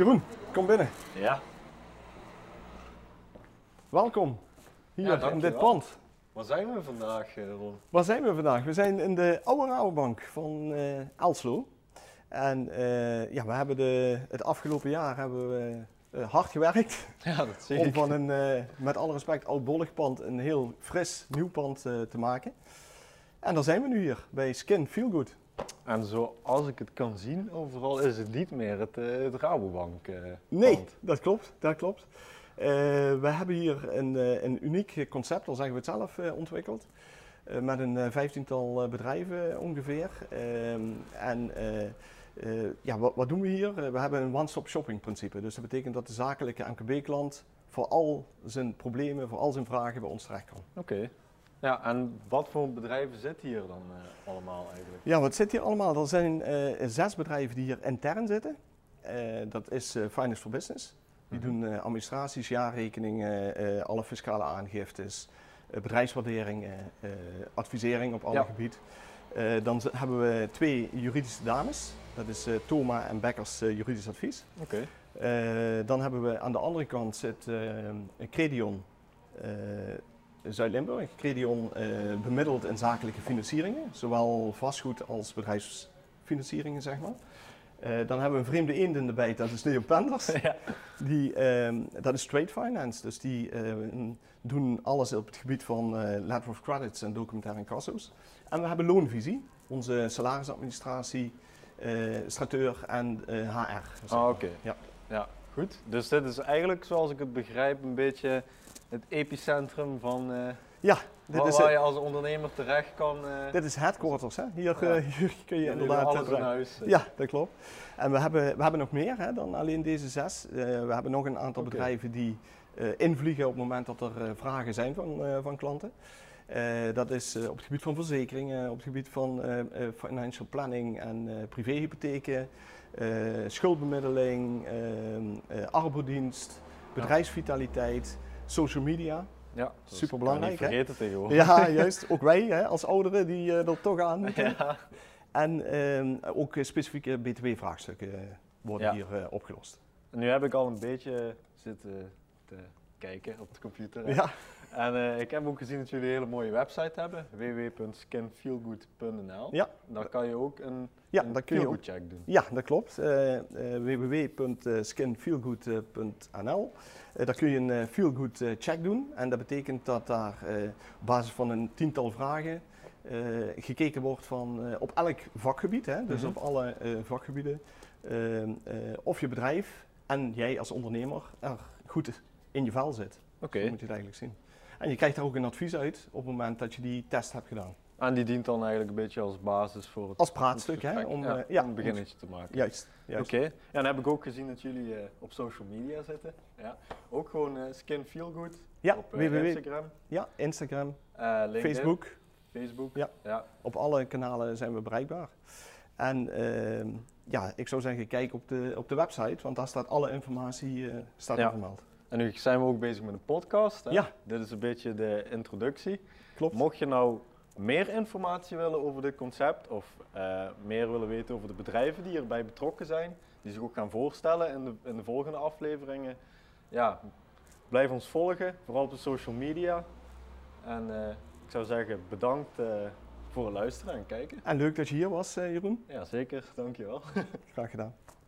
Jeroen, kom binnen. Ja. Welkom hier in dit pand. Waar zijn we vandaag, Ron? Waar zijn we vandaag? We zijn in de oude Rabobank van Elslo. En ja, we hebben het afgelopen jaar hebben we hard gewerkt. Ja, dat zie om ik. van een, met alle respect, oudbollig pand een heel fris nieuw pand te maken. En daar zijn we nu hier bij Skin Feel Good. En zoals ik het kan zien, overal is het niet meer het Rabobank Nee, pand. dat klopt. Dat klopt. We hebben hier een uniek concept, al zeggen we het zelf, ontwikkeld. Met een 15-tal bedrijven ongeveer. Ja, wat doen we hier? We hebben een one-stop shopping principe. Dus dat betekent dat de zakelijke MKB-klant voor al zijn problemen, voor al zijn vragen bij ons terecht kan. Oké. Ja, en wat voor bedrijven zitten hier dan allemaal eigenlijk? Ja, wat zit hier allemaal? Er zijn 6 bedrijven die hier intern zitten. Dat is Finance for Business. Die doen administraties, jaarrekeningen, alle fiscale aangiftes, bedrijfswaarderingen, advisering op alle gebied. Dan hebben we 2 juridische dames. Dat is Thoma en Bekkers Juridisch Advies. Oké. Dan hebben we aan de andere kant zit Credion Zuid-Limburg. Credion bemiddelt in zakelijke financieringen, zowel vastgoed als bedrijfsfinancieringen, zeg maar. Dan hebben we een vreemde eend in de bijt, dat is Neo Penders. Ja. Dat is trade finance, dus die doen alles op het gebied van letter of credits en documentaire incasso's. En we hebben Loonvisie, onze salarisadministratie, strateur en HR. Oké. Ja. Ja, goed. Dus dit is eigenlijk, zoals ik het begrijp, een beetje het epicentrum van Ja, waar je als ondernemer terecht kan. Dit is headquarters, hè? Hier kun je jullie inderdaad alles in huis. Ja, dat klopt. En we hebben nog meer hè, dan alleen deze 6. We hebben nog een aantal bedrijven die invliegen op het moment dat er vragen zijn van klanten. Dat is op het gebied van verzekeringen, op het gebied van financial planning en privéhypotheken, schuldbemiddeling, arbodienst, bedrijfsvitaliteit, social media. Ja, super belangrijk. Niet vergeten tegenwoordig. Ja, juist. Ook wij hè, als ouderen die er toch aan moeten. Ja. En ook specifieke BTW-vraagstukken worden hier opgelost. En nu heb ik al een beetje zitten te kijken op de computer. Hè? Ja. En ik heb ook gezien dat jullie een hele mooie website hebben, www.skinfeelgood.nl. Ja. Daar kan je ook een feelgood check doen. Ja, dat klopt. www.skinfeelgood.nl. Daar kun je een feelgood check doen. En dat betekent dat daar op basis van een 10-tal vragen gekeken wordt van op elk vakgebied, hè, dus op alle vakgebieden, of je bedrijf en jij als ondernemer er goed in je vel zit. Oké. Zo moet je het eigenlijk zien. En je krijgt daar ook een advies uit op het moment dat je die test hebt gedaan. En die dient dan eigenlijk een beetje als basis voor het als praatstuk, hè, om een beginnetje te maken. Juist. Oké. Ja, dan heb ik ook gezien dat jullie op social media zitten. Ja. Ook gewoon Skin Feel Good op Instagram. Ja, Instagram, LinkedIn, Facebook. Ja. Op alle kanalen zijn we bereikbaar. En ja, ik zou zeggen, kijk op de website, want daar staat alle informatie vermeld. En nu zijn we ook bezig met een podcast. Hè? Ja. Dit is een beetje de introductie. Klopt. Mocht je nou meer informatie willen over dit concept of meer willen weten over de bedrijven die erbij betrokken zijn, die zich ook gaan voorstellen in de volgende afleveringen, ja, blijf ons volgen, vooral op de social media. En ik zou zeggen, bedankt voor het luisteren en kijken. En leuk dat je hier was, Jeroen. Ja, zeker. Dankjewel. Graag gedaan.